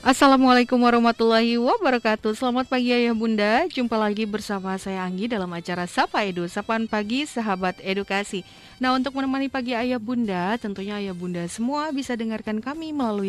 Assalamualaikum warahmatullahi wabarakatuh. Selamat pagi ayah bunda. Jumpa lagi bersama saya Anggi dalam acara Sapa Edu, Sapaan Pagi Sahabat Edukasi. Nah, untuk menemani pagi ayah bunda, tentunya ayah bunda semua bisa dengarkan kami melalui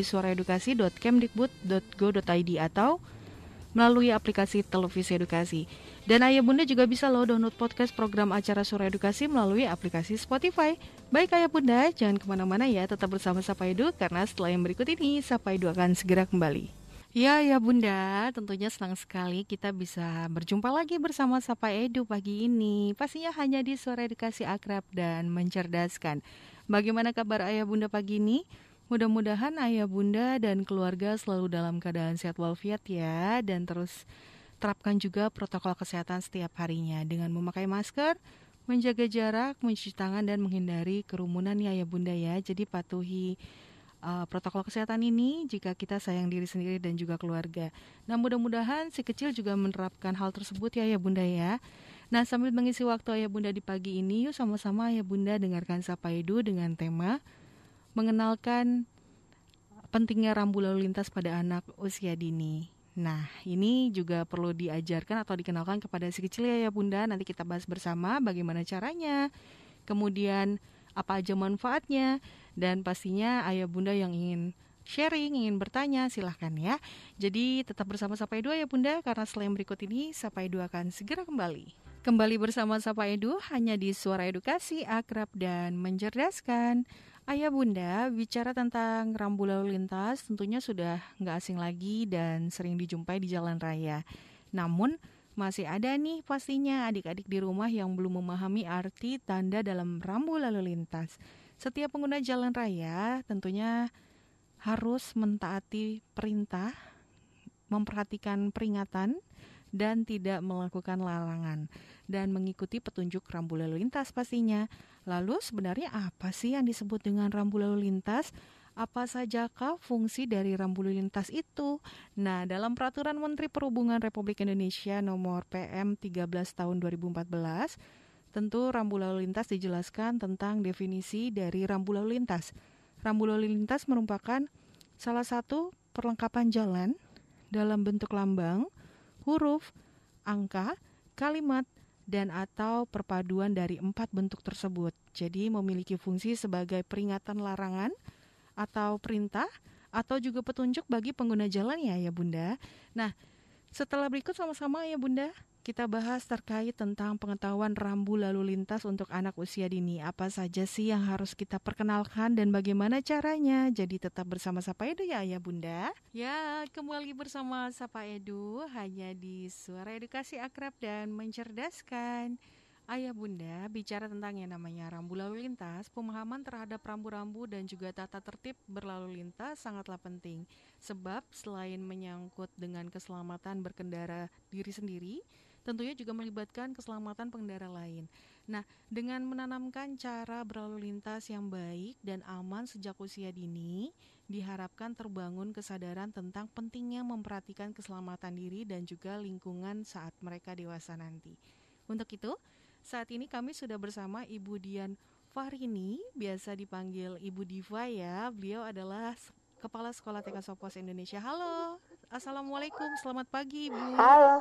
suaraedukasi.kemdikbud.go.id atau melalui aplikasi televisi edukasi. Dan ayah bunda juga bisa loh download podcast program acara Suara Edukasi melalui aplikasi Spotify. Baik ayah bunda, jangan kemana-mana ya, tetap bersama Sapa Edu karena setelah yang berikut ini Sapa Edu akan segera kembali. Ya bunda, tentunya senang sekali kita bisa berjumpa lagi bersama Sapa Edu pagi ini. Pastinya hanya di Suara Edukasi Akrab dan Mencerdaskan. Bagaimana kabar ayah bunda pagi ini? Mudah-mudahan ayah bunda dan keluarga selalu dalam keadaan sehat walafiat ya. Dan terus terapkan juga protokol kesehatan setiap harinya dengan memakai masker, menjaga jarak, mencuci tangan, dan menghindari kerumunan ya ayah bunda ya. Jadi patuhi protokol kesehatan ini jika kita sayang diri sendiri dan juga keluarga. Nah, mudah-mudahan si kecil juga menerapkan hal tersebut ya ayah bunda ya. Nah, sambil mengisi waktu ayah bunda di pagi ini, yuk sama-sama ayah bunda dengarkan Sapa Edu dengan tema mengenalkan pentingnya rambu lalu lintas pada anak usia dini. Nah, ini juga perlu diajarkan atau dikenalkan kepada si kecil ya bunda. Nanti kita bahas bersama bagaimana caranya, kemudian apa aja manfaatnya, dan pastinya ayah bunda yang ingin sharing, ingin bertanya, silahkan ya. Jadi tetap bersama Sapa Edu ya bunda, karena setelah yang berikut ini Sapa Edu akan segera kembali. Kembali bersama Sapa Edu hanya di Suara Edukasi Akrab dan Mencerdaskan. Ayah bunda, bicara tentang rambu lalu lintas tentunya sudah nggak asing lagi dan sering dijumpai di jalan raya. Namun, masih ada nih pastinya adik-adik di rumah yang belum memahami arti tanda dalam rambu lalu lintas. Setiap pengguna jalan raya tentunya harus mentaati perintah, memperhatikan peringatan, dan tidak melakukan larangan, dan mengikuti petunjuk rambu lalu lintas pastinya. Lalu sebenarnya apa sih yang disebut dengan rambu lalu lintas? Apa sajakah fungsi dari rambu lalu lintas itu? Nah, dalam Peraturan Menteri Perhubungan Republik Indonesia Nomor PM 13 Tahun 2014, tentu rambu lalu lintas dijelaskan tentang definisi dari rambu lalu lintas. Rambu lalu lintas merupakan salah satu perlengkapan jalan dalam bentuk lambang, huruf, angka, kalimat, dan atau perpaduan dari 4 bentuk tersebut. Jadi memiliki fungsi sebagai peringatan larangan atau perintah atau juga petunjuk bagi pengguna jalan ya bunda. Nah, setelah berikut sama-sama ya bunda, kita bahas terkait tentang pengetahuan rambu lalu lintas untuk anak usia dini. Apa saja sih yang harus kita perkenalkan dan bagaimana caranya? Jadi tetap bersama Sapa Edu ya bunda. Ya, kembali bersama Sapa Edu hanya di Suara Edukasi Akrab dan Mencerdaskan. Ayah bunda, bicara tentang yang namanya rambu lalu lintas, pemahaman terhadap rambu-rambu dan juga tata tertib berlalu lintas sangatlah penting. Sebab selain menyangkut dengan keselamatan berkendara diri sendiri, tentunya juga melibatkan keselamatan pengendara lain. Nah, dengan menanamkan cara berlalu lintas yang baik dan aman sejak usia dini, diharapkan terbangun kesadaran tentang pentingnya memperhatikan keselamatan diri dan juga lingkungan saat mereka dewasa nanti. Untuk itu, saat ini kami sudah bersama Ibu Dian Fahrini, biasa dipanggil Ibu Diva ya. Beliau adalah Kepala Sekolah TK Sopos Indonesia. Halo, Assalamualaikum, selamat pagi Ibu. Halo.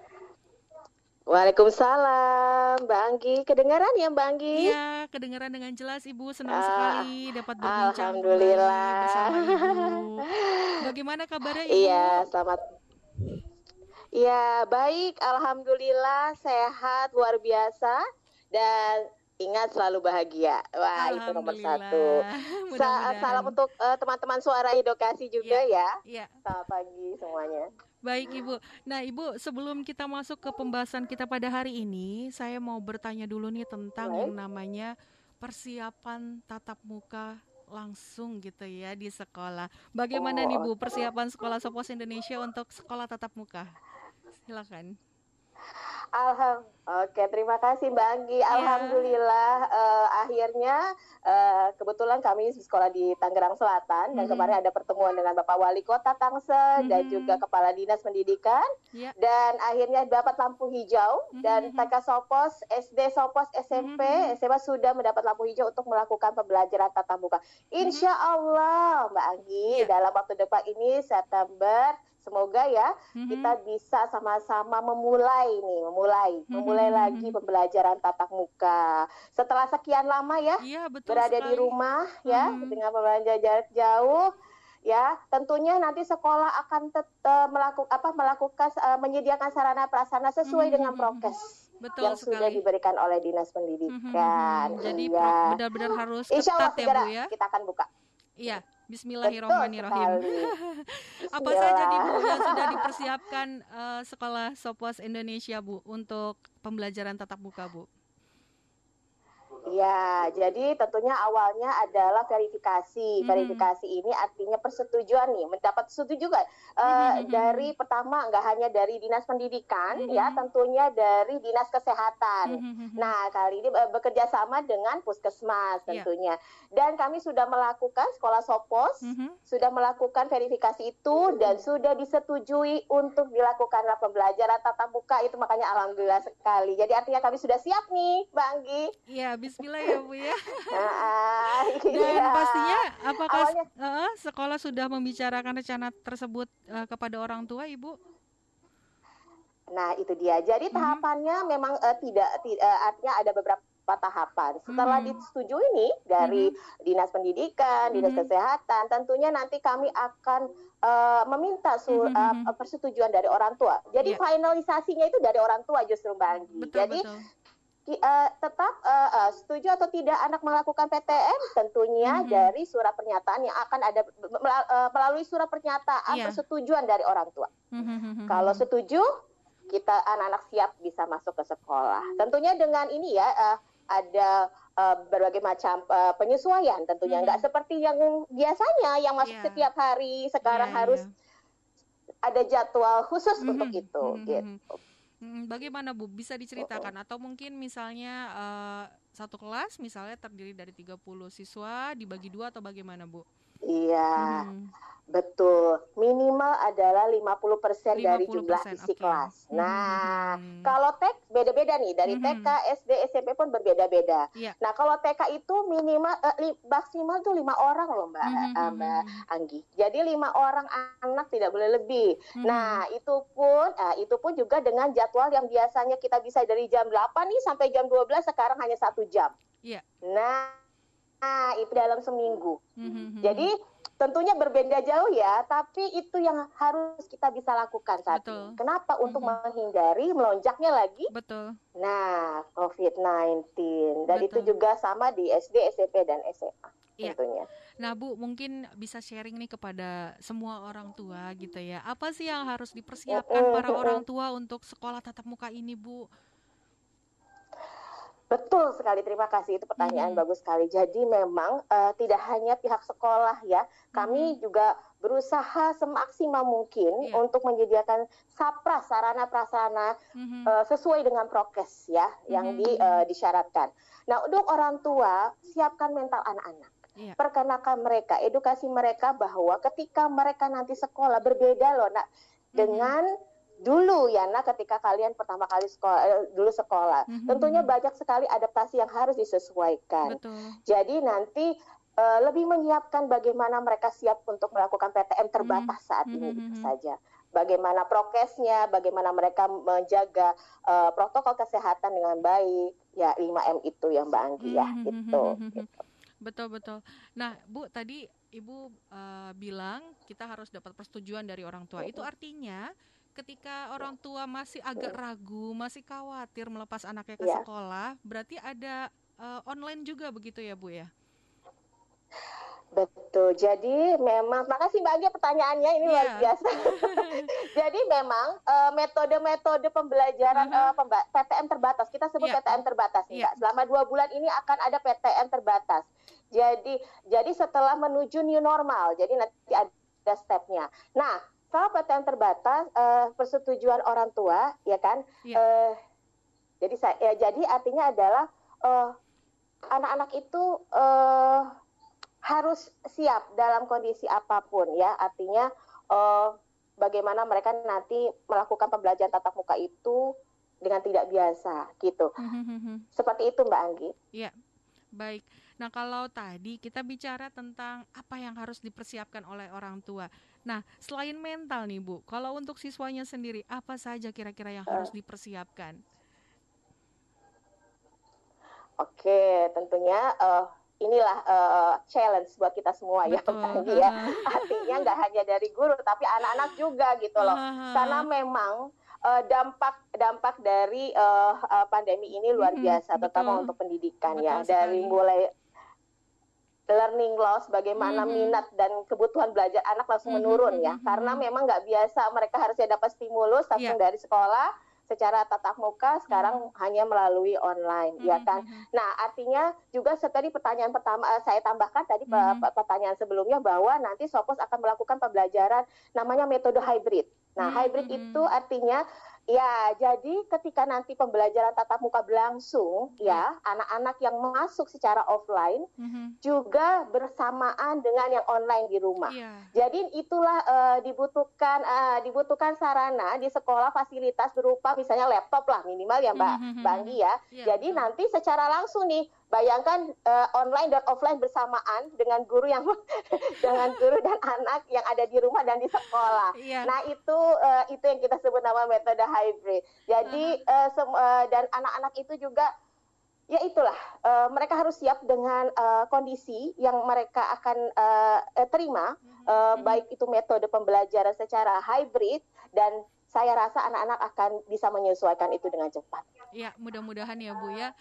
Waalaikumsalam, Mbak Anggi. Kedengaran ya, Mbak Anggi? Iya, kedengaran dengan jelas Ibu. Senang Ah, sekali dapat berbincang kembali bersama Alhamdulillah. Ibu. Bagaimana kabarnya Iya, Ibu? selamat. Iya, baik. Alhamdulillah, sehat, luar biasa. Dan ingat selalu bahagia. Wah, itu nomor satu. Alhamdulillah, mudah-mudahan. Salam untuk teman-teman Suara Edukasi juga Ya, ya. ya. Selamat pagi semuanya. Baik Ibu. Nah Ibu, sebelum kita masuk ke pembahasan kita pada hari ini, saya mau bertanya dulu nih tentang yang Baik. namanya persiapan tatap muka langsung gitu ya di sekolah. Bagaimana nih Oh, Bu persiapan Sekolah Sopos Indonesia untuk sekolah tatap muka? Silakan. Oke, terima kasih Mbak Anggi. Iya. Alhamdulillah akhirnya kebetulan kami sekolah di Tangerang Selatan dan kemarin ada pertemuan dengan Bapak Wali Kota Tangsel dan juga Kepala Dinas Pendidikan Ya. dan akhirnya dapat lampu hijau dan TK Sopos, SD Sopos, SMP, SMA sudah mendapat lampu hijau untuk melakukan pembelajaran tatap muka. Insya Allah Mbak Anggi dalam waktu dekat ini September. Semoga ya kita bisa sama-sama memulai lagi pembelajaran tatap muka. Setelah sekian lama ya, berada sekali. di rumah ya dengan pembelajaran jarak jauh ya, tentunya nanti sekolah akan melakukan menyediakan sarana prasarana sesuai dengan prokes. Betul yang sekali. sudah diberikan oleh Dinas Pendidikan. Jadi benar-benar harus ketat ya Bu ya. Kita akan buka. Iya. Bismillahirrahmanirrahim. Apa saja nih Bu yang sudah dipersiapkan Sekolah Sopos Indonesia Bu untuk pembelajaran tatap muka Bu? Ya, jadi tentunya awalnya adalah verifikasi. Verifikasi ini artinya persetujuan nih, mendapat setuju juga dari pertama nggak hanya dari Dinas Pendidikan, ya tentunya dari Dinas Kesehatan. Nah, kali ini bekerja sama dengan Puskesmas tentunya. Dan kami sudah melakukan Sekolah Sopos, sudah melakukan verifikasi itu dan sudah disetujui untuk dilakukan pembelajaran tatap muka itu, makanya alhamdulillah sekali. Jadi artinya kami sudah siap nih, Mbak Anggi. Iya, bismillah ya Bu ya. Dan pastinya apakah sekolah sudah membicarakan rencana tersebut kepada orang tua Ibu? Nah itu dia. Jadi tahapannya memang artinya ada beberapa tahapan. Setelah disetujui nih dari Dinas Pendidikan, Dinas Kesehatan, tentunya nanti kami akan meminta persetujuan dari orang tua. Jadi finalisasinya itu dari orang tua justru Mbak Anggi. Jadi tetap setuju atau tidak anak melakukan PTM tentunya dari surat pernyataan yang akan ada melalui surat pernyataan persetujuan dari orang tua. Kalau setuju, kita anak-anak siap bisa masuk ke sekolah. Tentunya dengan ini ya ada berbagai macam penyesuaian tentunya, nggak seperti yang biasanya yang masuk setiap hari, sekarang harus ada jadwal khusus untuk itu gitu. Bagaimana Bu? Bisa diceritakan atau mungkin misalnya satu kelas misalnya terdiri dari 30 siswa dibagi 2 atau bagaimana Bu? Iya, betul. Minimal adalah 50% dari jumlah isi kelas. Nah, kalau TK beda-beda nih, dari TK, SD, SMP pun berbeda-beda. Nah, kalau TK itu minimal maksimal tuh 5 orang loh Mbak Anggi. Jadi 5 orang anak tidak boleh lebih. Nah, itu pun juga dengan jadwal yang biasanya kita bisa dari jam 8 nih sampai jam 12, sekarang hanya 1 jam. Nah, itu dalam seminggu. Jadi tentunya berbeda jauh ya, tapi itu yang harus kita bisa lakukan saat ini. Kenapa? Untuk menghindari melonjaknya lagi. Nah, COVID-19. Dan itu juga sama di SD, SMP, dan SMA tentunya. Nah Bu, mungkin bisa sharing nih kepada semua orang tua gitu ya. Apa sih yang harus dipersiapkan para orang tua untuk sekolah tatap muka ini Bu? Betul sekali, terima kasih. Itu pertanyaan bagus sekali. Jadi memang tidak hanya pihak sekolah ya, kami juga berusaha semaksimal mungkin untuk menyediakan sarana prasarana sesuai dengan prokes ya yang disyaratkan. Nah, untuk orang tua, siapkan mental anak-anak. Perkenalkan mereka, edukasi mereka bahwa ketika mereka nanti sekolah berbeda loh nak dengan dulu ya nak ketika kalian pertama kali sekolah. Tentunya banyak sekali adaptasi yang harus disesuaikan. Jadi nanti lebih menyiapkan bagaimana mereka siap untuk melakukan PTM terbatas saat ini itu saja. Bagaimana prokesnya, bagaimana mereka menjaga protokol kesehatan dengan baik. Ya 5M itu ya Mbak Anggi ya gitu. Betul. Nah Bu, tadi Ibu bilang kita harus dapat persetujuan dari orang tua. Itu artinya ketika orang tua masih agak ragu, masih khawatir melepas anaknya ke sekolah, berarti ada online juga begitu ya Bu ya? Betul, jadi memang, makasih Mbak Anggi pertanyaannya, ini luar biasa. Jadi memang metode-metode pembelajaran PTM terbatas, kita sebut PTM terbatas nih Mbak. Selama 2 bulan ini akan ada PTM terbatas. Jadi setelah menuju new normal, jadi nanti ada stepnya. Nah, kalau PTM terbatas, persetujuan orang tua, ya kan, Jadi artinya adalah anak-anak itu harus siap dalam kondisi apapun ya. Artinya bagaimana mereka nanti melakukan pembelajaran tatap muka itu dengan tidak biasa gitu. Seperti itu Mbak Anggi. Iya, baik. Nah, kalau tadi kita bicara tentang apa yang harus dipersiapkan oleh orang tua. Nah, selain mental nih Bu, kalau untuk siswanya sendiri, apa saja kira-kira yang harus dipersiapkan? Oke, tentunya inilah challenge buat kita semua. Betul. Ya Mbak Anggi ya. Artinya nggak hanya dari guru, tapi anak-anak juga gitu loh. Karena memang dampak dari pandemi ini luar biasa, terutama untuk pendidikan. Betul ya. Dari mulai learning loss, bagaimana minat dan kebutuhan belajar anak langsung menurun ya, karena memang nggak biasa, mereka harusnya dapat stimulus langsung dari sekolah secara tatap muka, sekarang hanya melalui online, ya kan. Nah, artinya juga tadi pertanyaan pertama saya tambahkan tadi pertanyaan sebelumnya bahwa nanti Sopos akan melakukan pembelajaran namanya metode hybrid. Nah, hybrid itu artinya ya, jadi ketika nanti pembelajaran tatap muka berlangsung, ya, anak-anak yang masuk secara offline juga bersamaan dengan yang online di rumah. Jadi itulah dibutuhkan sarana di sekolah, fasilitas berupa misalnya laptop lah minimal ya Mbak Anggi ya. Jadi nanti secara langsung nih, bayangkan online dan offline bersamaan dengan guru dan anak yang ada di rumah dan di sekolah. Nah, itu yang kita sebut nama metode hybrid. Jadi dan anak-anak itu juga ya itulah mereka harus siap dengan kondisi yang mereka akan terima, baik itu metode pembelajaran secara hybrid, dan saya rasa anak-anak akan bisa menyesuaikan itu dengan cepat. Iya, mudah-mudahan ya Bu ya.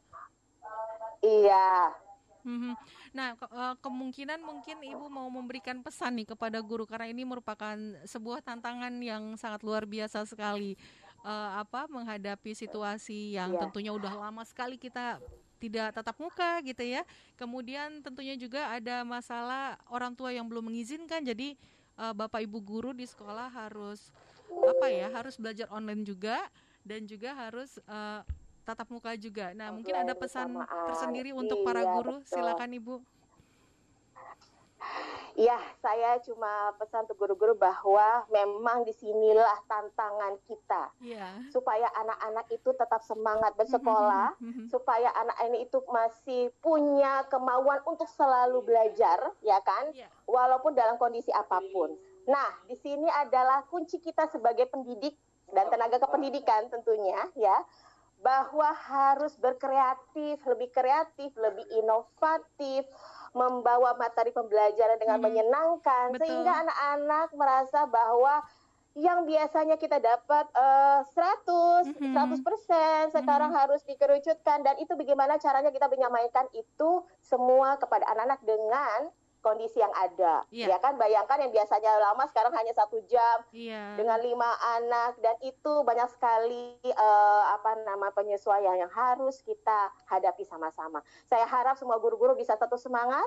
Iya. Nah, kemungkinan mungkin Ibu mau memberikan pesan nih kepada guru, karena ini merupakan sebuah tantangan yang sangat luar biasa sekali, menghadapi situasi yang tentunya udah lama sekali kita tidak tatap muka gitu ya. Kemudian tentunya juga ada masalah orang tua yang belum mengizinkan, jadi Bapak Ibu guru di sekolah harus harus belajar online juga, dan juga harus tatap muka juga. Nah, mungkin ada pesan tersendiri untuk para guru. Betul. Silakan Ibu. Ya, saya cuma pesan untuk guru-guru bahwa memang disinilah tantangan kita. Supaya anak-anak itu tetap semangat bersekolah, supaya anak ini itu masih punya kemauan untuk selalu belajar, ya kan? Walaupun dalam kondisi apapun. Nah, di sini adalah kunci kita sebagai pendidik dan tenaga kependidikan tentunya, ya, bahwa harus berkreatif, lebih inovatif, membawa materi pembelajaran dengan menyenangkan, sehingga anak-anak merasa bahwa yang biasanya kita dapat 100%, sekarang harus dikerucutkan, dan itu bagaimana caranya kita menyampaikan itu semua kepada anak-anak dengan kondisi yang ada, ya kan? Bayangkan yang biasanya lama sekarang hanya 1 jam dengan 5 anak, dan itu banyak sekali penyesuaian yang harus kita hadapi sama-sama. Saya harap semua guru-guru bisa tetap semangat,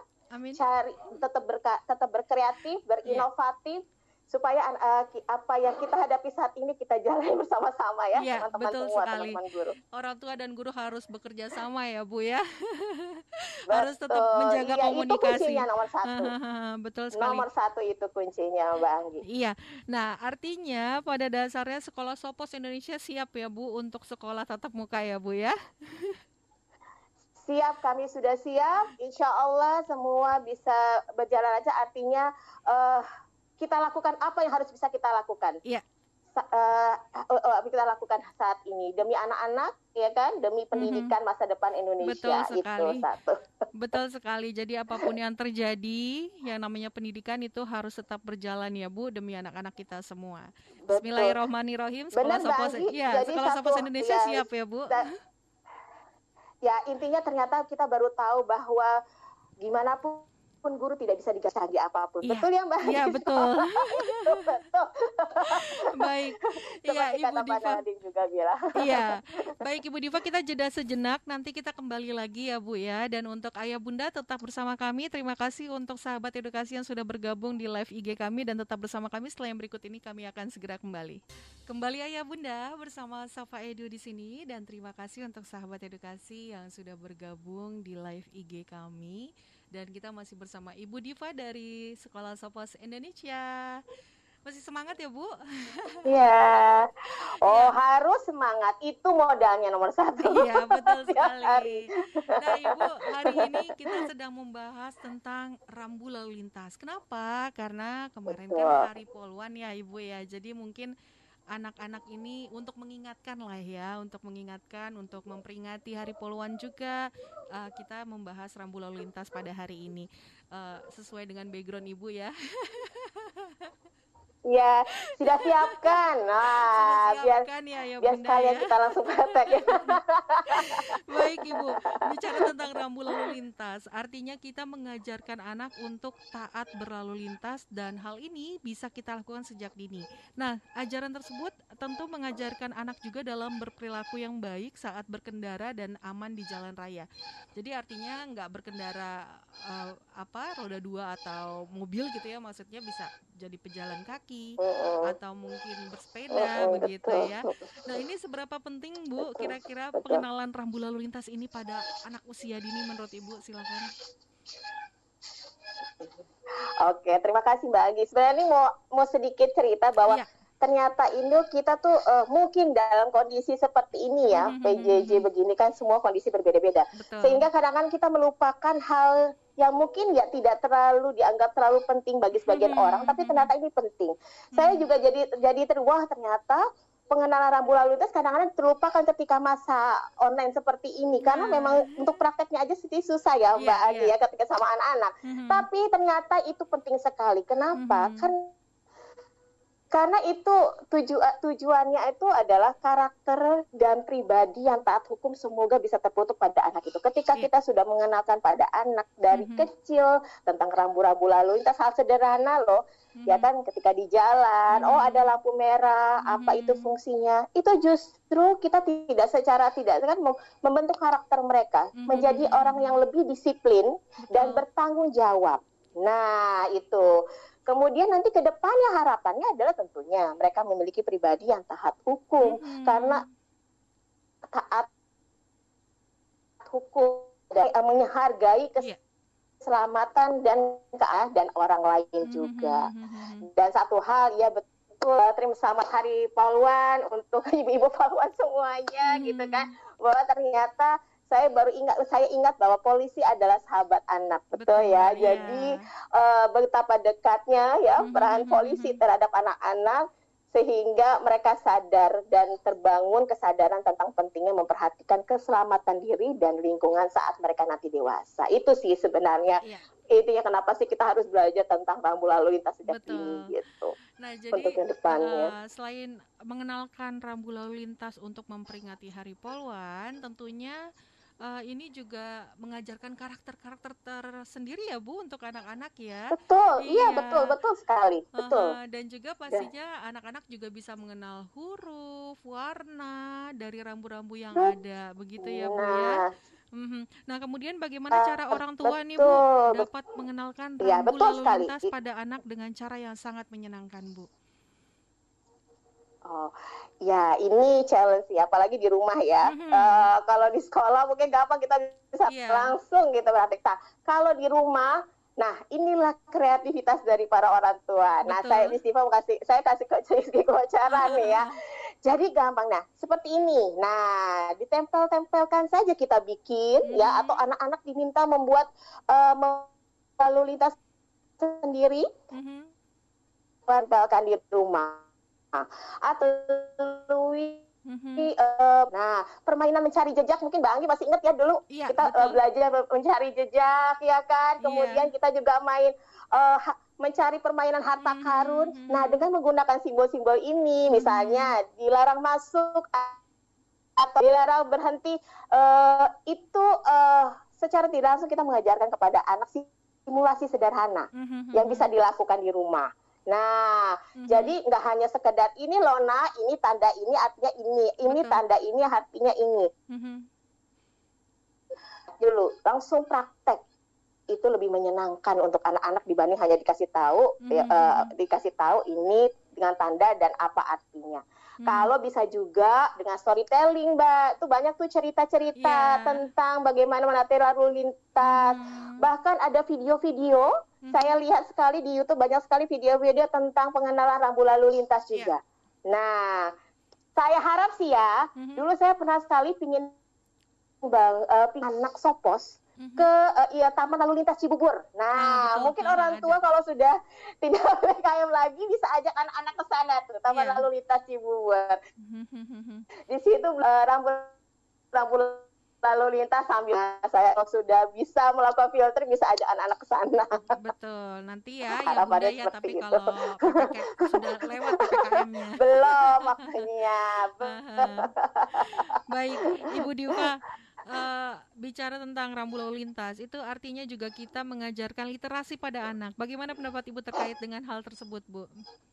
tetap berkreatif, berinovatif, supaya apa yang kita hadapi saat ini kita jalani bersama-sama ya, teman-teman semua, teman-teman guru. Orang tua dan guru harus bekerja sama ya Bu ya. Harus tetap menjaga komunikasi. Itu kuncinya nomor 1. Betul sekali. Nomor 1 itu kuncinya Mbak Anggi. Iya. Nah, artinya pada dasarnya Sekolah Sopos Indonesia siap ya Bu untuk sekolah tatap muka ya Bu ya. Siap, kami sudah siap. Insya Allah semua bisa berjalan aja. Artinya kita lakukan apa yang harus bisa kita lakukan. Kita lakukan saat ini demi anak-anak, ya kan, demi pendidikan masa depan Indonesia. Betul sekali. Itu satu. Betul sekali. Jadi apapun yang terjadi, yang namanya pendidikan itu harus tetap berjalan ya Bu, demi anak-anak kita semua. Bismillahirrahmanirrahim. Sekolah Sopos Indonesia siap ya Bu. Ya, intinya ternyata kita baru tahu bahwa gimana pun guru tidak bisa diganti apapun. Betul ya Mbak? Iya, betul. Betul. Baik, iya Seperti Ibu kata Pak Diva. Nadine juga bilang. Iya, baik Ibu Diva, kita jeda sejenak, nanti kita kembali lagi ya Bu ya. Dan untuk Ayah Bunda tetap bersama kami. Terima kasih untuk sahabat edukasi yang sudah bergabung di live IG kami dan tetap bersama kami. Setelah yang berikut ini kami akan segera kembali. Kembali Ayah Bunda bersama Safa Edu di sini dan terima kasih untuk sahabat edukasi yang sudah bergabung di live IG kami. Dan kita masih bersama Ibu Diva dari Sekolah Sophos Indonesia. Masih semangat ya Bu? Iya. Oh, Iya. harus semangat. Itu modalnya nomor 1. Iya, betul Setiap hari. sekali. Nah, Ibu, hari ini kita sedang membahas tentang rambu lalu lintas. Kenapa? Karena kemarin kan Betul. Hari Poluan ya, Ibu ya. Jadi mungkin anak-anak ini untuk mengingatkan lah ya, untuk mengingatkan, untuk memperingati Hari Poluan juga, kita membahas rambu lalu lintas pada hari ini. Sesuai dengan background Ibu ya. Ya, sudah siapkan. Nah, Sudah siapkan ya biar Bunda sekalian ya. kita langsung praktek ya. Baik Ibu, bicara tentang rambu lalu lintas, artinya kita mengajarkan anak untuk taat berlalu lintas dan hal ini bisa kita lakukan sejak dini. Nah, ajaran tersebut tentu mengajarkan anak juga dalam berperilaku yang baik saat berkendara dan aman di jalan raya. Jadi artinya nggak berkendara roda 2 atau mobil gitu ya, maksudnya bisa jadi pejalan kaki atau mungkin bersepeda begitu Betul. ya. Nah, ini seberapa penting Bu kira-kira pengenalan rambu lalu lintas ini pada anak usia dini menurut Ibu? Silakan. Oke, terima kasih Mbak Agi. Sebenarnya ini mau sedikit cerita bahwa ternyata Indo kita tuh mungkin dalam kondisi seperti ini ya, PJJ begini kan semua kondisi berbeda-beda. Sehingga kadang-kadang kita melupakan hal yang mungkin ya tidak terlalu dianggap terlalu penting bagi sebagian orang, tapi ternyata ini penting. Saya juga jadi wah ternyata pengenalan rambu lalu lintas kadang-kadang terlupakan ketika masa online seperti ini, karena memang untuk prakteknya aja sedikit susah ya Mbak Agi ya ketika sama anak-anak. Tapi ternyata itu penting sekali. Kenapa? Karena itu tujuannya itu adalah karakter dan pribadi yang taat hukum semoga bisa terbentuk pada anak itu. Ketika kita sudah mengenalkan pada anak dari kecil tentang rambu-rambu lalu lintas, hal sederhana loh, ya kan, ketika di jalan, oh ada lampu merah, apa itu fungsinya, itu justru kita tidak kan membentuk karakter mereka menjadi orang yang lebih disiplin dan bertanggung jawab. Nah itu. Kemudian nanti ke depannya harapannya adalah tentunya mereka memiliki pribadi yang taat hukum, karena taat hukum dan menghargai keselamatan dan orang lain juga. Dan satu hal ya betul, terima selamat Hari Poluan untuk ibu-ibu Poluan semuanya gitu kan, bahwa ternyata saya ingat bahwa polisi adalah sahabat anak, betul ya. Jadi betapa dekatnya ya peran polisi terhadap anak-anak sehingga mereka sadar dan terbangun kesadaran tentang pentingnya memperhatikan keselamatan diri dan lingkungan saat mereka nanti dewasa. Itu sih sebenarnya intinya kenapa sih kita harus belajar tentang rambu lalu lintas sejak dini gitu. Nah, jadi selain mengenalkan rambu lalu lintas untuk memperingati Hari Poluan, tentunya ini juga mengajarkan karakter-karakter tersendiri ya Bu untuk anak-anak ya. Betul, iya betul sekali, betul. Dan juga pastinya anak-anak juga bisa mengenal huruf, warna dari rambu-rambu yang ada, begitu ya Bu ya. Nah, kemudian bagaimana cara orang tua nih Bu dapat mengenalkan rambu lalu lintas pada anak dengan cara yang sangat menyenangkan Bu? Oh, ya ini challenge ya, apalagi di rumah ya. Kalau di sekolah mungkin gampang kita bisa langsung gitu praktek. Kalau di rumah, nah inilah kreativitas dari para orang tua. Nah, saya kasih kebocoran nih ya. Jadi gampang, nah seperti ini. Nah, ditempel-tempelkan saja kita bikin ya, atau anak-anak diminta membuat lalu lintas sendiri, tempelkan di rumah. Atau nah permainan mencari jejak mungkin Mbak Anggi masih ingat ya dulu kita belajar mencari jejak ya kan, kemudian kita juga main mencari permainan harta karun. Nah dengan menggunakan simbol-simbol ini misalnya dilarang masuk atau dilarang berhenti, itu secara tidak langsung kita mengajarkan kepada anak simulasi sederhana yang bisa dilakukan di rumah. Nah, jadi nggak hanya sekedar ini loh nak, ini tanda ini artinya ini Betul. tanda ini artinya ini. Dulu langsung praktek itu lebih menyenangkan untuk anak-anak dibanding hanya dikasih tahu ini dengan tanda dan apa artinya. Kalau bisa juga dengan storytelling, Mbak, itu banyak tuh cerita-cerita tentang bagaimana menata lalu lintas. Bahkan ada video-video, saya lihat sekali di YouTube banyak sekali video-video tentang pengenalan rambu lalu lintas juga. Nah, saya harap sih ya, dulu saya pernah sekali pingin anak Sopos ke Taman Lalu Lintas Cibubur. Nah, mungkin orang tua kalau sudah tidak PPKM lagi bisa ajak anak-anak ke sana tuh, Taman Lalu Lintas Cibubur. Di situ rambu lalu lintas sambil saya sudah bisa melakukan filter bisa ajak anak-anak ke sana. Betul. Nanti ya Bunda ya, tapi kalau sudah lewat PPKM-nya. Belum makanya. Baik, Ibu Diva. Bicara tentang rambu lalu lintas, itu artinya juga kita mengajarkan literasi pada anak. Bagaimana pendapat Ibu terkait dengan hal tersebut, Bu?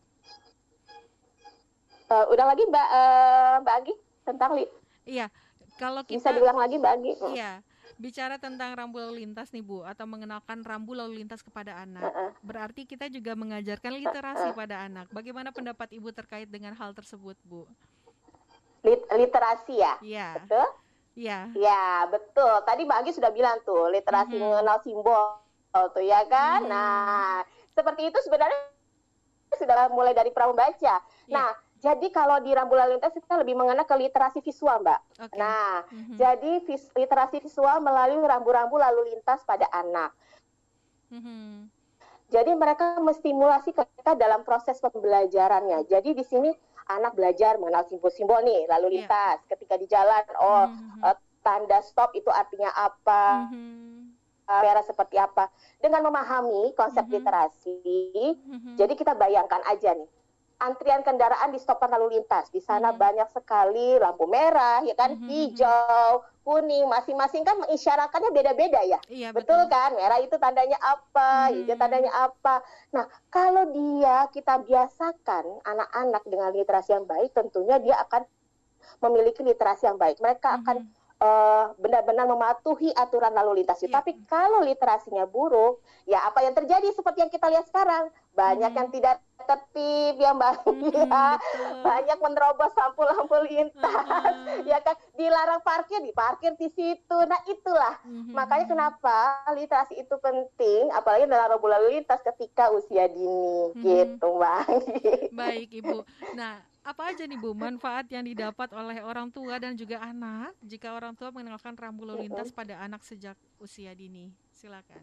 Udah lagi Mbak Anggi tentang Iya, kalau kita bisa diulang lagi Mbak Anggi. Iya, bicara tentang rambu lalu lintas nih Bu, atau mengenalkan rambu lalu lintas kepada anak, berarti kita juga mengajarkan literasi pada anak. Bagaimana pendapat Ibu terkait dengan hal tersebut, Bu? Literasi ya? Iya. Betul? Iya. Ya, betul. Tadi Mbak Anggi sudah bilang tuh, literasi mengenal simbol tuh ya kan? Nah, seperti itu sebenarnya sudah mulai dari prambaca. Nah, jadi kalau di rambu lalu lintas kita lebih mengenal ke literasi visual, Mbak. Nah, jadi literasi visual melalui rambu-rambu lalu lintas pada anak. Jadi mereka menstimulasi kita dalam proses pembelajarannya. Jadi di sini anak belajar mengenal simbol-simbol nih lalu lintas. Ketika di jalan, tanda stop itu artinya apa, merah seperti apa. Dengan memahami konsep literasi, jadi kita bayangkan aja nih, antrian kendaraan di stopan lalu lintas. Di sana banyak sekali lampu merah, ya kan, hijau, kuning, masing-masing kan mengisyaratkannya beda-beda ya. Iya, betul kan? Merah itu tandanya apa, hijau tandanya apa. Nah, kalau kita biasakan anak-anak dengan literasi yang baik, tentunya dia akan memiliki literasi yang baik. Mereka akan benar-benar mematuhi aturan lalu lintas. Tapi kalau literasinya buruk, ya apa yang terjadi seperti yang kita lihat sekarang. Banyak yang tidak tertib, ya Mbak. Banyak menerobos lampu-lampu lintas. Ya kan, dilarang parkir, diparkir di situ. Nah, itulah. Makanya kenapa literasi itu penting, apalagi dalam rambu lalu lintas ketika usia dini. Gitu, Mbak. Baik, Ibu. Nah, apa aja nih Bu manfaat yang didapat oleh orang tua dan juga anak jika orang tua mengenalkan rambu lalu lintas pada anak sejak usia dini? Silakan.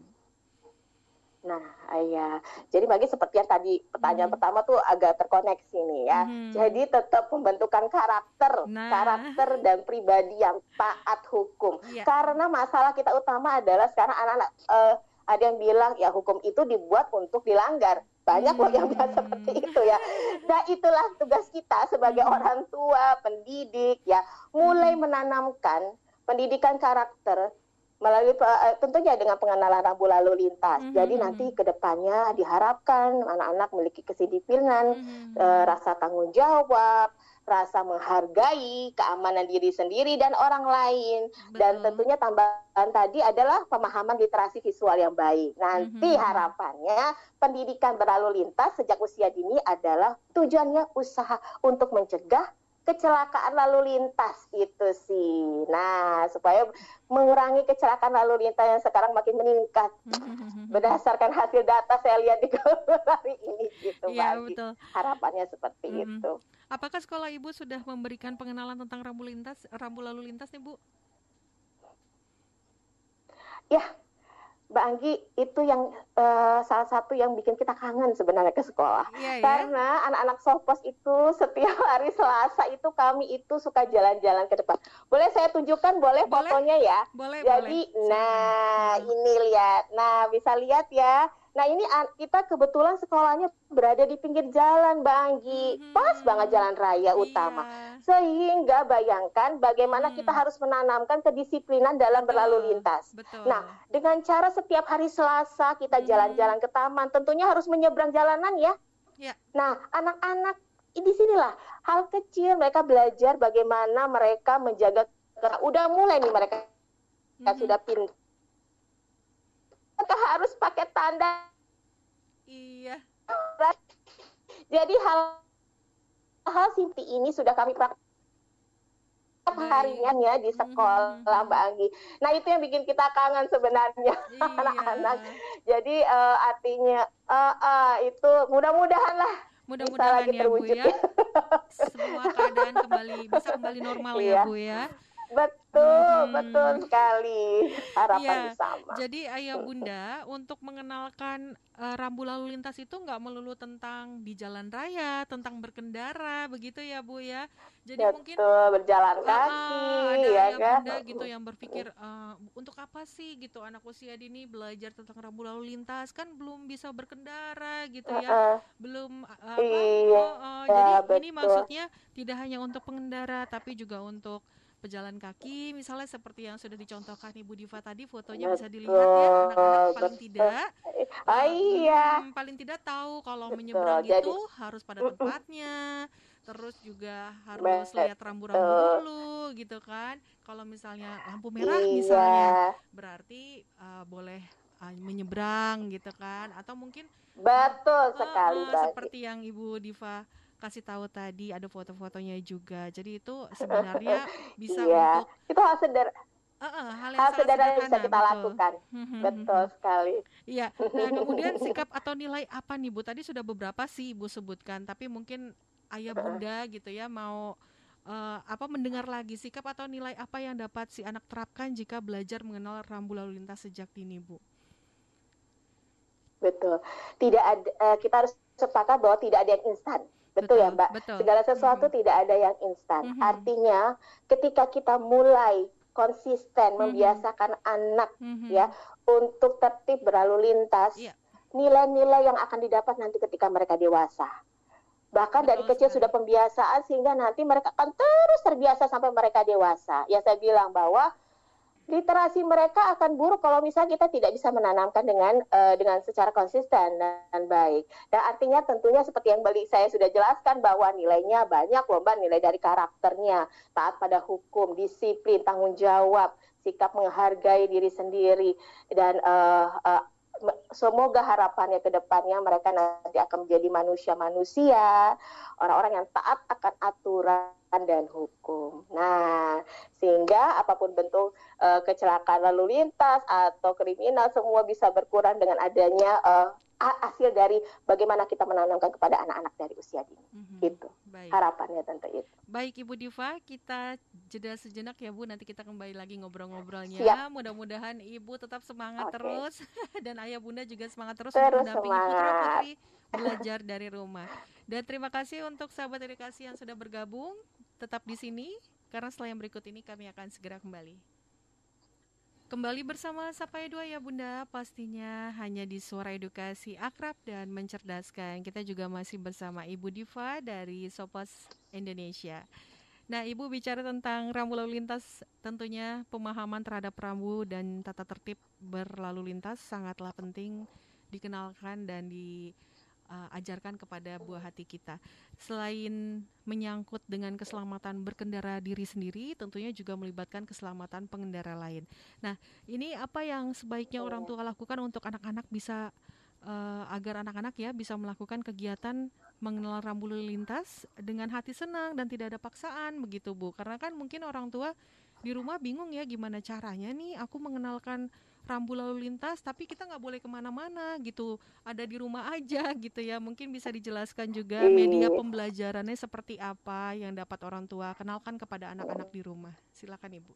Nah, ya. Jadi bagi seperti yang tadi pertanyaan pertama tuh agak terkoneksi nih ya. Jadi tetap pembentukan karakter dan pribadi yang taat hukum. Karena masalah kita utama adalah sekarang anak-anak ada yang bilang ya hukum itu dibuat untuk dilanggar. Banyak loh yang bilang seperti itu ya. Nah, itulah tugas kita sebagai orang tua, pendidik ya, mulai menanamkan pendidikan karakter melalui tentunya dengan pengenalan rambu lalu lintas. Jadi nanti ke depannya diharapkan anak-anak memiliki kedisiplinan, rasa tanggung jawab, rasa menghargai keamanan diri sendiri dan orang lain. Dan tentunya tambahan tadi adalah pemahaman literasi visual yang baik. Nanti harapannya pendidikan berlalu lintas sejak usia dini adalah tujuannya usaha untuk mencegah kecelakaan lalu lintas itu sih. Nah, supaya mengurangi kecelakaan lalu lintas yang sekarang makin meningkat. Berdasarkan hasil data saya lihat di hari ini gitu, Iya, betul. Harapannya seperti itu. Apakah sekolah Ibu sudah memberikan pengenalan tentang rambu lalu lintas nih, Bu? Ya, Mbak Anggi, itu yang salah satu yang bikin kita kangen sebenarnya ke sekolah. Karena anak-anak Sopos itu setiap hari Selasa itu kami itu suka jalan-jalan ke depan. Boleh saya tunjukkan, boleh fotonya ya? Boleh, Jadi, boleh. Nah, ini lihat. Nah, bisa lihat ya. Nah, ini kita kebetulan sekolahnya berada di pinggir jalan, Mbak Anggi. Pas banget jalan raya utama. Sehingga bayangkan bagaimana kita harus menanamkan kedisiplinan dalam berlalu lintas. Nah, dengan cara setiap hari Selasa kita jalan-jalan ke taman, tentunya harus menyeberang jalanan ya. Ya. Nah, anak-anak di sinilah hal kecil mereka belajar bagaimana mereka menjaga. Udah mulai nih mereka sudah pintar. Mereka harus pakai tanda. Iya. Jadi hal seperti ini sudah kami praktek harian ya di sekolah, Mbak Anggi. Nah, itu yang bikin kita kangen sebenarnya, anak-anak. Jadi artinya itu mudah-mudahan lah bisa lagi ya, terwujud. Bu, ya. Semua keadaan bisa kembali normal ya, Bu, ya. Betul sekali, harapan bersama. Jadi ayah bunda untuk mengenalkan rambu lalu lintas itu nggak melulu tentang di jalan raya, tentang berkendara, begitu ya Bu ya. Jadi mungkin berjalan kaki, ada ya ayah kan? bunda gitu yang berpikir untuk apa sih gitu anak usia dini belajar tentang rambu lalu lintas, kan belum bisa berkendara gitu ya, belum jadi ini maksudnya tidak hanya untuk pengendara tapi juga untuk pejalan kaki, misalnya seperti yang sudah dicontohkan Ibu Diva tadi, fotonya bisa dilihat ya, anak-anak paling tidak tahu kalau menyeberang itu harus pada tempatnya, terus juga harus lihat rambu-rambu dulu gitu kan. Kalau misalnya lampu merah misalnya, berarti boleh menyeberang gitu kan, atau mungkin sekali seperti yang Ibu Diva kasih tahu tadi, ada foto-fotonya juga. Jadi itu sebenarnya bisa untuk itu hal sederhana yang bisa kita lakukan. Betul sekali. Iya. Nah, kemudian sikap atau nilai apa nih Bu? Tadi sudah beberapa sih Ibu sebutkan, tapi mungkin ayah bunda gitu ya mau mendengar lagi sikap atau nilai apa yang dapat si anak terapkan jika belajar mengenal rambu lalu lintas sejak dini, Bu? Betul. Tidak ada, kita harus sepakat bahwa tidak ada yang instan. Betul ya, Mbak? Betul. Segala sesuatu tidak ada yang instan. Artinya, ketika kita mulai konsisten membiasakan anak ya untuk tertib berlalu lintas, nilai-nilai yang akan didapat nanti ketika mereka dewasa. Bahkan dari kecil sudah pembiasaan sehingga nanti mereka akan terus terbiasa sampai mereka dewasa. Ya saya bilang bahwa literasi mereka akan buruk kalau misalnya kita tidak bisa menanamkan dengan secara konsisten dan baik. Dan artinya tentunya seperti yang saya sudah jelaskan bahwa nilainya banyak loh Mbak, nilai dari karakternya, taat pada hukum, disiplin, tanggung jawab, sikap menghargai diri sendiri, dan semoga harapannya ke depannya mereka nanti akan menjadi manusia-manusia, orang-orang yang taat akan aturan dan hukum. Nah, sehingga apapun bentuk kecelakaan lalu lintas atau kriminal semua bisa berkurang dengan adanya hasil dari bagaimana kita menanamkan kepada anak-anak dari usia dini. Gitu. Baik. Harapannya tentu itu. Baik Ibu Diva, kita jeda sejenak ya Bu, nanti kita kembali lagi ngobrol-ngobrolnya. Mudah-mudahan Ibu tetap semangat terus dan ayah bunda juga semangat terus untuk mendampingi putra-putri belajar dari rumah. Dan terima kasih untuk sahabat edukasi yang sudah bergabung. Tetap di sini karena setelah yang berikut ini kami akan segera kembali. Kembali bersama Sapa Edu ya Bunda, pastinya hanya di Suara Edukasi Akrab dan Mencerdaskan. Kita juga masih bersama Ibu Diva dari Sopas Indonesia. Nah, Ibu bicara tentang rambu lalu lintas, tentunya pemahaman terhadap rambu dan tata tertib berlalu lintas sangatlah penting dikenalkan dan ajarkan kepada buah hati kita. Selain menyangkut dengan keselamatan berkendara diri sendiri, tentunya juga melibatkan keselamatan pengendara lain. Nah, ini apa yang sebaiknya orang tua lakukan untuk anak-anak bisa agar anak-anak ya bisa melakukan kegiatan mengenal rambu lalu lintas dengan hati senang dan tidak ada paksaan begitu Bu. Karena kan mungkin orang tua di rumah bingung ya gimana caranya nih aku mengenalkan rambu lalu lintas tapi kita nggak boleh kemana-mana gitu, ada di rumah aja gitu ya. Mungkin bisa dijelaskan juga media pembelajarannya seperti apa yang dapat orang tua kenalkan kepada anak-anak di rumah. Silakan Ibu.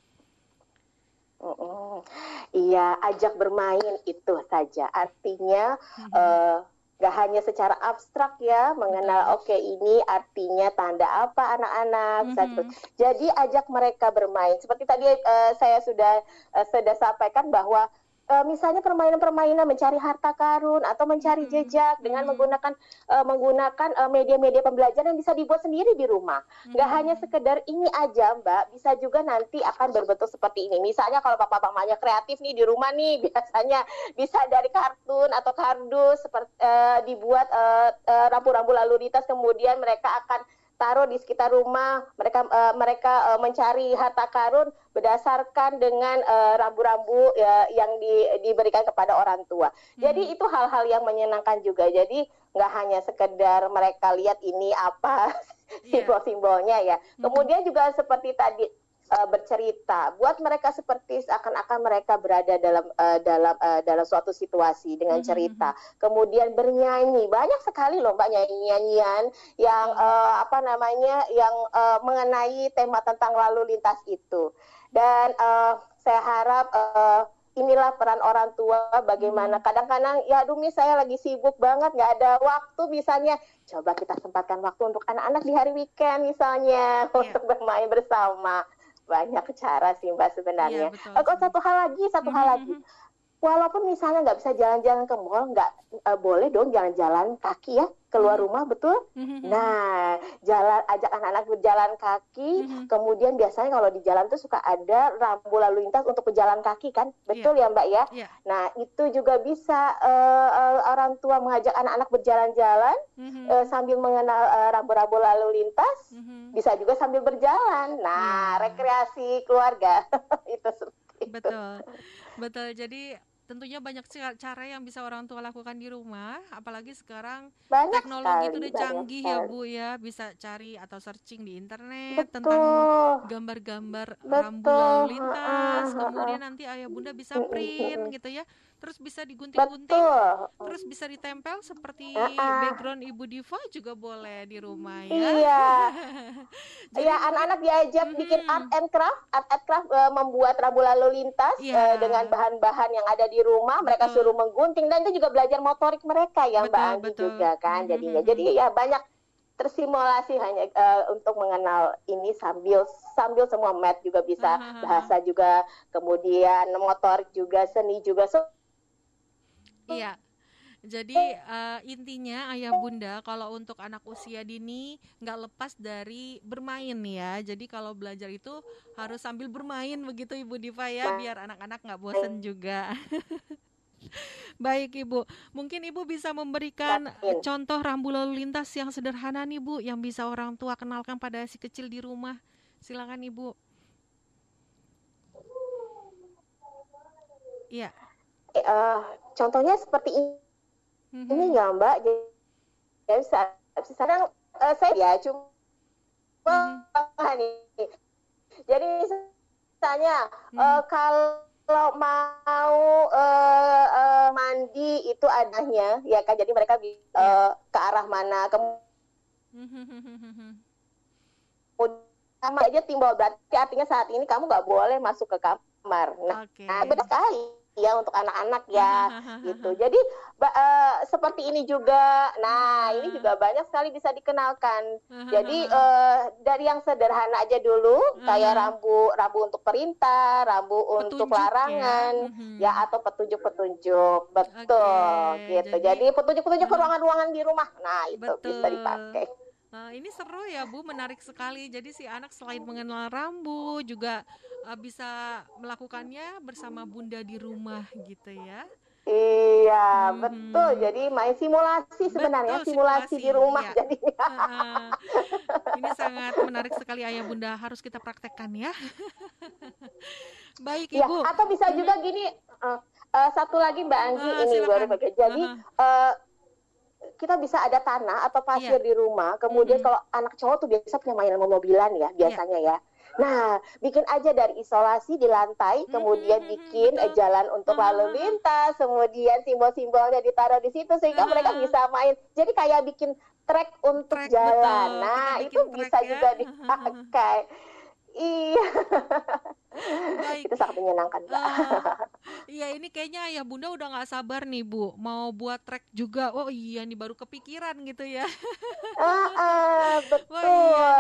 Iya, ajak bermain itu saja. Artinya gak hanya secara abstrak ya mengenal ini artinya tanda apa anak-anak. Jadi ajak mereka bermain. Seperti tadi saya sudah sampaikan bahwa misalnya permainan-permainan mencari harta karun atau mencari jejak dengan menggunakan media-media pembelajaran yang bisa dibuat sendiri di rumah. Nggak hanya sekedar ini aja, Mbak, bisa juga nanti akan berbentuk seperti ini. Misalnya kalau bapak mamanya kreatif nih di rumah nih, biasanya bisa dari kartun atau kardus seperti dibuat rambu-rambu lalu lintas, kemudian mereka akan taruh di sekitar rumah, mereka mencari harta karun berdasarkan dengan rambu-rambu yang diberikan kepada orang tua. Jadi itu hal-hal yang menyenangkan juga. Jadi nggak hanya sekedar mereka lihat ini apa simbol-simbolnya ya. Kemudian juga seperti tadi bercerita, buat mereka seperti seakan-akan mereka berada dalam suatu situasi dengan cerita. Kemudian bernyanyi, banyak sekali loh Mbak nyanyian yang yang mengenai tema tentang lalu lintas itu. Dan saya harap inilah peran orang tua, bagaimana kadang-kadang ya Dumi saya lagi sibuk banget, nggak ada waktu, misalnya coba kita sempatkan waktu untuk anak-anak di hari weekend misalnya untuk bermain bersama. Banyak cara sih Mbak sebenarnya. Satu hal lagi. Walaupun misalnya nggak bisa jalan-jalan ke mall, nggak boleh dong jalan-jalan kaki ya keluar rumah, betul? Nah, ajak anak-anak berjalan kaki. Kemudian biasanya kalau di jalan tuh suka ada rambu lalu lintas untuk pejalan kaki kan, betul ya Mbak ya? Nah, itu juga bisa orang tua mengajak anak-anak berjalan-jalan sambil mengenal rambu-rambu lalu lintas, bisa juga sambil berjalan. Nah, rekreasi keluarga itu seperti itu. Betul. Jadi tentunya banyak cara yang bisa orang tua lakukan di rumah, apalagi sekarang teknologi itu udah canggih ya Bu ya, bisa cari atau searching di internet tentang gambar-gambar rambu lalu lintas, kemudian nanti ayah bunda bisa print gitu ya, terus bisa digunting-gunting, terus bisa ditempel seperti background Ibu Diva juga boleh di rumah ya. Iya. Jadi anak-anak diajak bikin art and craft membuat rambu lalu lintas dengan bahan-bahan yang ada di rumah, mereka suruh menggunting, dan itu juga belajar motorik mereka ya Mbak Anggi juga kan jadinya. Jadi ya banyak tersimulasi hanya untuk mengenal ini sambil semua math juga bisa, bahasa juga, kemudian motorik juga, seni juga. Iya. Jadi intinya ayah bunda kalau untuk anak usia dini nggak lepas dari bermain ya. Jadi kalau belajar itu harus sambil bermain begitu Ibu Diva ya, biar anak-anak nggak bosen juga. Baik Ibu, mungkin Ibu bisa memberikan contoh rambu lalu lintas yang sederhana nih Bu, yang bisa orang tua kenalkan pada si kecil di rumah. Silakan Ibu. Iya. Contohnya seperti ini ya Mbak, jadi sekarang saya ya cuma nih. Jadi misalnya kalau mau mandi itu adanya ya kan, jadi mereka ke arah mana, kemudian sama aja timbal, berarti artinya saat ini kamu nggak boleh masuk ke kamar. Nah, beda sekali ya untuk anak-anak ya gitu. Jadi seperti ini juga. Nah, ini juga banyak sekali bisa dikenalkan. Jadi dari yang sederhana aja dulu, kayak rambu untuk perintah, rambu untuk larangan ya atau petunjuk-petunjuk. Betul gitu. Jadi petunjuk-petunjuk ke ruangan-ruangan di rumah. Nah, itu bisa dipakai. Nah, ini seru ya Bu, menarik sekali. Jadi si anak selain mengenal rambu juga bisa melakukannya bersama bunda di rumah gitu ya. Iya, betul. Jadi main simulasi sebenarnya, simulasi di rumah jadinya. Ini sangat menarik sekali ayah bunda, harus kita praktekkan ya. Baik Ibu. Ya, atau bisa juga gini, satu lagi Mbak Anggi, ini baru pakai. Jadi kita bisa ada tanah atau pasir di rumah, kemudian kalau anak cowok tuh biasa punya mainan mobilan ya, biasanya ya. Nah, bikin aja dari isolasi di lantai, kemudian bikin jalan untuk lalu lintas, kemudian simbol-simbolnya ditaruh di situ sehingga mereka bisa main. Jadi kayak bikin trek untuk jalan. Betul. Nah, itu bisa juga dipakai. Iya. Baik. Itu sangat menyenangkan. Iya, ini kayaknya ayah bunda udah nggak sabar nih Bu, mau buat trek juga. Oh iya, nih baru kepikiran gitu ya. Betul. Di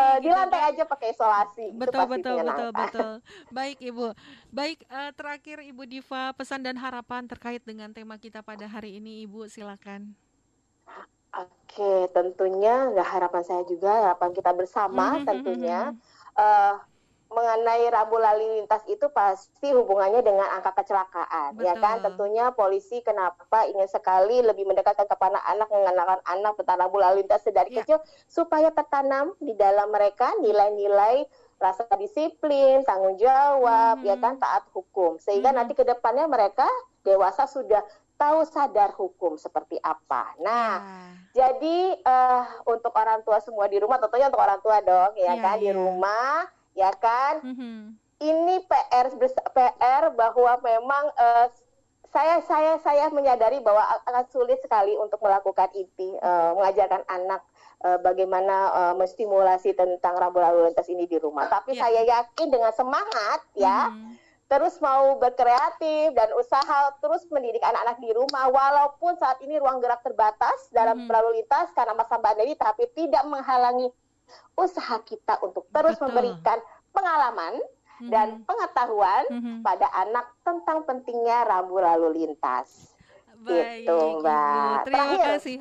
santai aja pakai isolasi. Itu Betul, pasti betul, betul, menyenangkan. betul. Baik, Ibu. Baik, terakhir Ibu Diva, pesan dan harapan terkait dengan tema kita pada hari ini, Ibu, silakan. Oke, tentunya harapan saya juga, harapan kita bersama tentunya mengenai rambu lalu lintas itu pasti hubungannya dengan angka kecelakaan, ya kan? Betul. Tentunya polisi kenapa ingin sekali lebih mendekatkan kepada anak, mengenalkan anak tentang rambu lalu lintas dari kecil supaya tertanam di dalam mereka nilai-nilai rasa disiplin, tanggung jawab, ya kan, taat hukum. Sehingga nanti ke depannya mereka dewasa sudah tahu sadar hukum seperti apa. Nah, jadi untuk orang tua semua di rumah, tentunya untuk orang tua dong, ya kan, di rumah, ya kan. Ini PR bahwa memang saya menyadari bahwa akan sulit sekali untuk melakukan itu, mengajarkan anak bagaimana menstimulasi tentang rambu lalu lintas ini di rumah. Tapi saya yakin dengan semangat, ya. Terus mau berkreatif dan usaha terus mendidik anak-anak di rumah, walaupun saat ini ruang gerak terbatas dalam lalu lintas karena masa pandemi, tapi tidak menghalangi usaha kita untuk terus memberikan pengalaman dan pengetahuan pada anak tentang pentingnya rambu lalu lintas. Baik, gitu, Mbak. Terima kasih.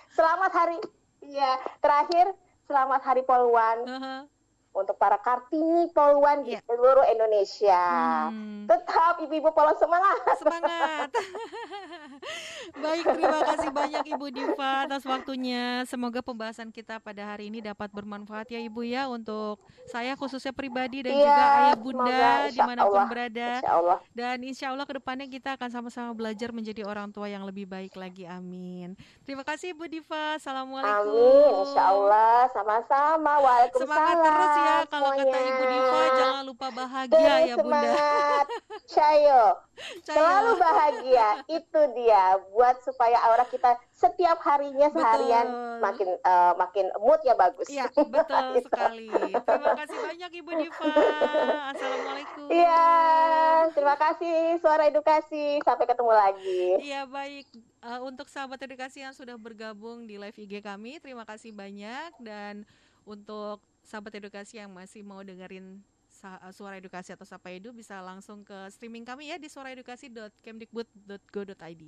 Terakhir, selamat Hari Poluan. Untuk para Kartini poluan di seluruh Indonesia. Tetap ibu-ibu poluan semangat. Semangat. Baik, terima kasih banyak Ibu Diva atas waktunya. Semoga pembahasan kita pada hari ini dapat bermanfaat ya Ibu ya, untuk saya khususnya pribadi dan juga ayah bunda dimanapun berada. Dan insya Allah kedepannya kita akan sama-sama belajar menjadi orang tua yang lebih baik lagi. Amin. Terima kasih Ibu Diva. Assalamualaikum. Amin. Insya Allah sama-sama. Waalaikumsalam. Semangat terus ya, kalau kata Ibu Diva jangan lupa bahagia ya Bunda. Semangat. Cayo. Selalu bahagia. Itu dia, buat supaya aura kita setiap harinya seharian makin moodnya bagus. Iya, betul sekali. Terima kasih banyak Ibu Diva. Assalamualaikum. Iya, terima kasih Suara Edukasi. Sampai ketemu lagi. Iya, baik. Untuk sahabat edukasi yang sudah bergabung di live IG kami, terima kasih banyak. Dan untuk sahabat edukasi yang masih mau dengerin Suara Edukasi atau Sapa Edu, bisa langsung ke streaming kami ya di suaraedukasi.kemdikbud.go.id.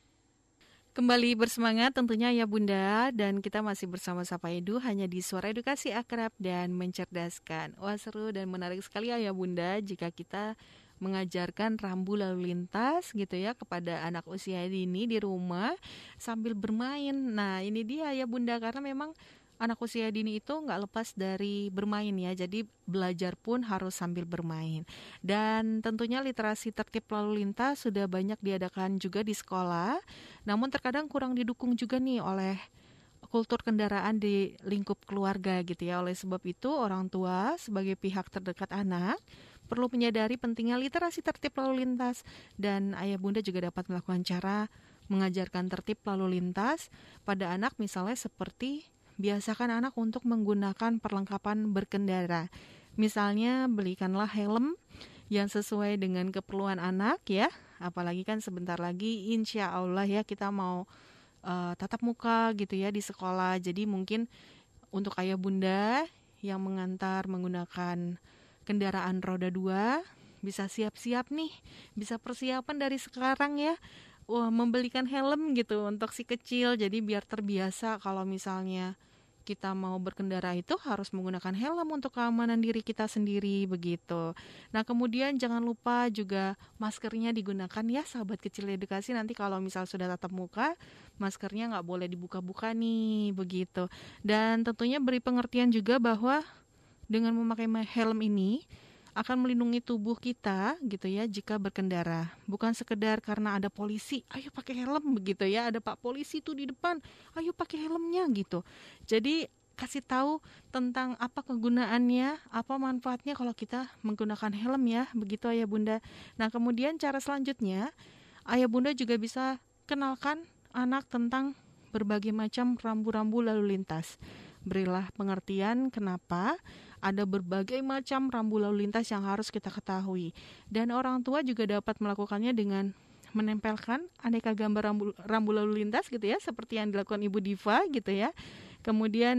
Kembali bersemangat tentunya ya Bunda, dan kita masih bersama Sapa Edu hanya di Suara Edukasi Akrab dan Mencerdaskan. Wah, seru dan menarik sekali ya Bunda jika kita mengajarkan rambu lalu lintas gitu ya kepada anak usia dini di rumah sambil bermain. Nah, ini dia ya Bunda, karena memang anak usia dini itu nggak lepas dari bermain ya, jadi belajar pun harus sambil bermain. Dan tentunya literasi tertib lalu lintas sudah banyak diadakan juga di sekolah, namun terkadang kurang didukung juga nih oleh kultur kendaraan di lingkup keluarga gitu ya. Oleh sebab itu orang tua sebagai pihak terdekat anak perlu menyadari pentingnya literasi tertib lalu lintas, dan ayah bunda juga dapat melakukan cara mengajarkan tertib lalu lintas pada anak, misalnya seperti biasakan anak untuk menggunakan perlengkapan berkendara. Misalnya belikanlah helm yang sesuai dengan keperluan anak ya. Apalagi kan sebentar lagi insya Allah ya kita mau tatap muka gitu ya di sekolah. Jadi mungkin untuk ayah bunda yang mengantar menggunakan kendaraan roda 2 bisa siap-siap nih, bisa persiapan dari sekarang ya. Membelikan helm gitu untuk si kecil, jadi biar terbiasa kalau misalnya kita mau berkendara itu harus menggunakan helm untuk keamanan diri kita sendiri begitu. Nah, kemudian jangan lupa juga maskernya digunakan ya sahabat kecil edukasi. Nanti kalau misal sudah tatap muka, maskernya nggak boleh dibuka-buka nih begitu. Dan tentunya beri pengertian juga bahwa dengan memakai helm ini akan melindungi tubuh kita gitu ya jika berkendara. Bukan sekedar karena ada polisi, ayo pakai helm begitu ya, ada Pak Polisi tuh di depan, ayo pakai helmnya gitu. Jadi kasih tahu tentang apa kegunaannya, apa manfaatnya kalau kita menggunakan helm ya, begitu ayah bunda. Nah, kemudian cara selanjutnya, ayah bunda juga bisa kenalkan anak tentang berbagai macam rambu-rambu lalu lintas. Berilah pengertian kenapa ada berbagai macam rambu lalu lintas yang harus kita ketahui. Dan orang tua juga dapat melakukannya dengan menempelkan aneka gambar rambu lalu lintas gitu ya, seperti yang dilakukan Ibu Diva gitu ya. Kemudian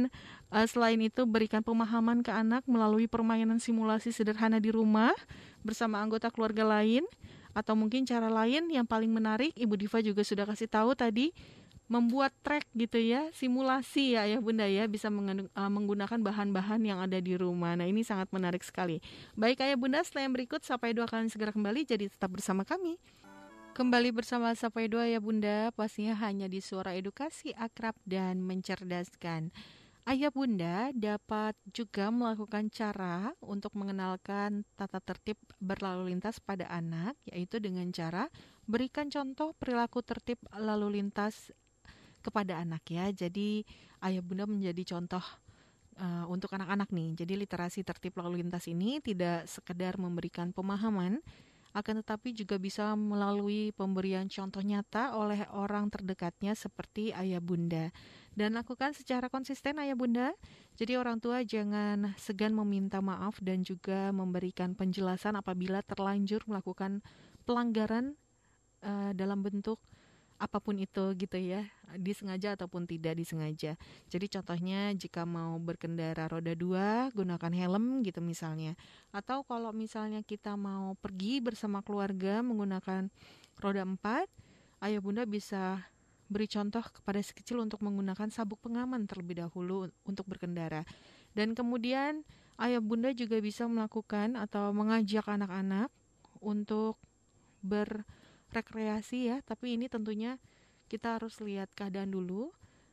Selain itu, berikan pemahaman ke anak melalui permainan simulasi sederhana di rumah bersama anggota keluarga lain. Atau mungkin cara lain yang paling menarik, Ibu Diva juga sudah kasih tahu tadi, membuat track gitu ya, simulasi ya Ayah Bunda ya, bisa menggunakan bahan-bahan yang ada di rumah. Nah, ini sangat menarik sekali. Baik Ayah Bunda, setelah yang berikut Sapa Edu akan segera kembali, jadi tetap bersama kami. Kembali bersama Sapa Edu Ayah Bunda, pastinya hanya di Suara Edukasi Akrab dan Mencerdaskan. Ayah Bunda dapat juga melakukan cara untuk mengenalkan tata tertib berlalu lintas pada anak, yaitu dengan cara berikan contoh perilaku tertib lalu lintas kepada anak ya. Jadi Ayah Bunda menjadi contoh untuk anak-anak nih. Jadi literasi tertib lalu lintas ini tidak sekedar memberikan pemahaman, akan tetapi juga bisa melalui pemberian contoh nyata oleh orang terdekatnya seperti Ayah Bunda. Dan lakukan secara konsisten Ayah Bunda. Jadi orang tua jangan segan meminta maaf dan juga memberikan penjelasan apabila terlanjur melakukan pelanggaran dalam bentuk apapun itu gitu ya, disengaja ataupun tidak disengaja. Jadi contohnya jika mau berkendara roda 2, gunakan helm gitu misalnya. Atau kalau misalnya kita mau pergi bersama keluarga menggunakan roda 4, Ayah Bunda bisa beri contoh kepada si kecil untuk menggunakan sabuk pengaman terlebih dahulu untuk berkendara. Dan kemudian Ayah Bunda juga bisa melakukan atau mengajak anak-anak untuk rekreasi ya, tapi ini tentunya kita harus lihat keadaan dulu,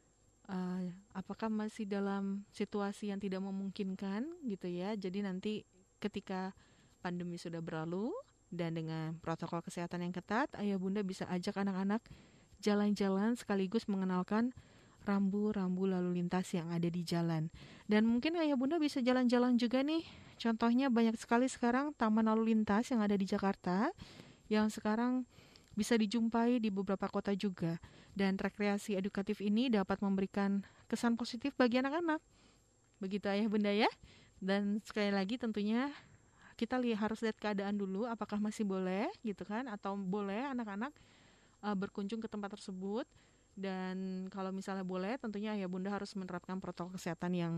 apakah masih dalam situasi yang tidak memungkinkan gitu ya. Jadi nanti ketika pandemi sudah berlalu dan dengan protokol kesehatan yang ketat, Ayah Bunda bisa ajak anak-anak jalan-jalan sekaligus mengenalkan rambu-rambu lalu lintas yang ada di jalan. Dan mungkin Ayah Bunda bisa jalan-jalan juga nih, contohnya banyak sekali sekarang taman lalu lintas yang ada di Jakarta yang sekarang bisa dijumpai di beberapa kota juga. Dan rekreasi edukatif ini dapat memberikan kesan positif bagi anak-anak. Begitu Ayah Bunda ya. Dan sekali lagi tentunya kita harus lihat keadaan dulu, apakah masih boleh gitu kan, atau boleh anak-anak berkunjung ke tempat tersebut. Dan kalau misalnya boleh, tentunya Ayah Bunda harus menerapkan protokol kesehatan yang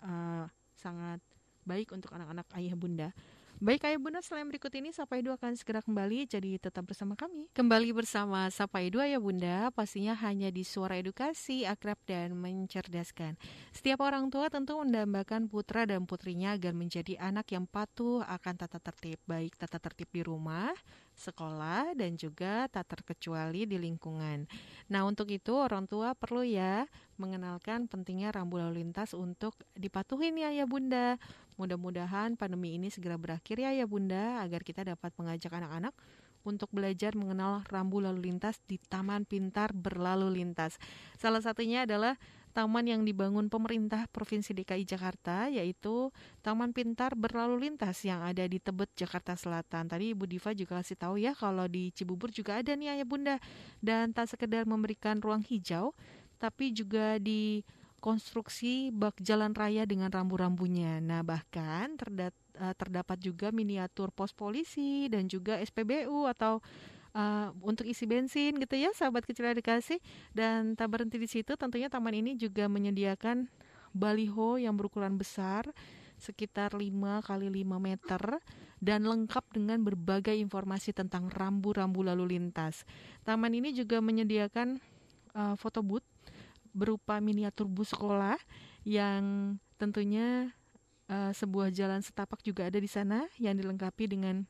sangat baik untuk anak-anak Ayah Bunda. Baik Ayah Bunda, selain berikut ini Sapa Edu akan segera kembali, jadi tetap bersama kami. Kembali bersama Sapa Edu Ayah Bunda, pastinya hanya di Suara Edukasi Akrab dan Mencerdaskan. Setiap orang tua tentu mendambakan putra dan putrinya agar menjadi anak yang patuh akan tata tertib, baik tata tertib di rumah, sekolah, dan juga tak terkecuali di lingkungan. Nah, untuk itu orang tua perlu ya mengenalkan pentingnya rambu lalu lintas untuk dipatuhi nih Ayah Bunda. Mudah-mudahan pandemi ini segera berakhir ya Bunda, agar kita dapat mengajak anak-anak untuk belajar mengenal rambu lalu lintas di Taman Pintar Berlalu Lintas. Salah satunya adalah taman yang dibangun pemerintah Provinsi DKI Jakarta, yaitu Taman Pintar Berlalu Lintas yang ada di Tebet, Jakarta Selatan. Tadi Ibu Diva juga kasih tahu ya, kalau di Cibubur juga ada nih Ayah Bunda. Dan tak sekedar memberikan ruang hijau, tapi juga di konstruksi bak jalan raya dengan rambu-rambunya. Nah, bahkan terdapat juga miniatur pos polisi dan juga SPBU atau untuk isi bensin gitu ya, sahabat kecil edukasi. Dan tak berhenti di situ, tentunya taman ini juga menyediakan baliho yang berukuran besar sekitar 5 kali 5 meter dan lengkap dengan berbagai informasi tentang rambu-rambu lalu lintas. Taman ini juga menyediakan foto booth berupa miniatur bus sekolah yang tentunya sebuah jalan setapak juga ada di sana yang dilengkapi dengan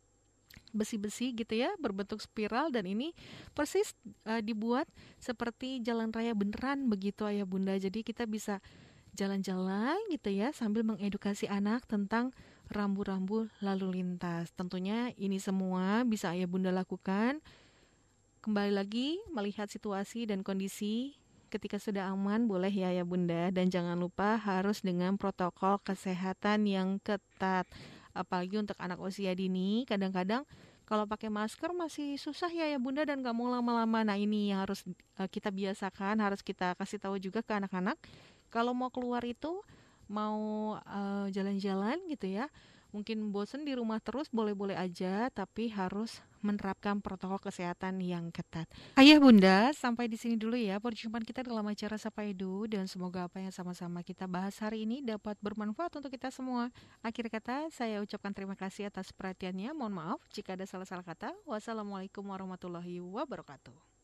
besi-besi gitu ya, berbentuk spiral, dan ini persis dibuat seperti jalan raya beneran begitu Ayah Bunda. Jadi kita bisa jalan-jalan gitu ya sambil mengedukasi anak tentang rambu-rambu lalu lintas. Tentunya ini semua bisa Ayah Bunda lakukan kembali lagi melihat situasi dan kondisi. Ketika sudah aman, boleh ya Bunda. Dan jangan lupa harus dengan protokol kesehatan yang ketat. Apalagi untuk anak usia dini, kadang-kadang kalau pakai masker masih susah ya Bunda, dan gak mau lama-lama. Nah, ini yang harus kita biasakan, harus kita kasih tahu juga ke anak-anak. Kalau mau keluar itu, mau jalan-jalan gitu ya, mungkin bosen di rumah terus, boleh-boleh aja, tapi harus menerapkan protokol kesehatan yang ketat. Ayah bunda, sampai di sini dulu ya perjumpaan kita dalam acara Sapa Edu, dan semoga apa yang sama-sama kita bahas hari ini dapat bermanfaat untuk kita semua. Akhir kata, saya ucapkan terima kasih atas perhatiannya. Mohon maaf jika ada salah-salah kata. Wassalamualaikum warahmatullahi wabarakatuh.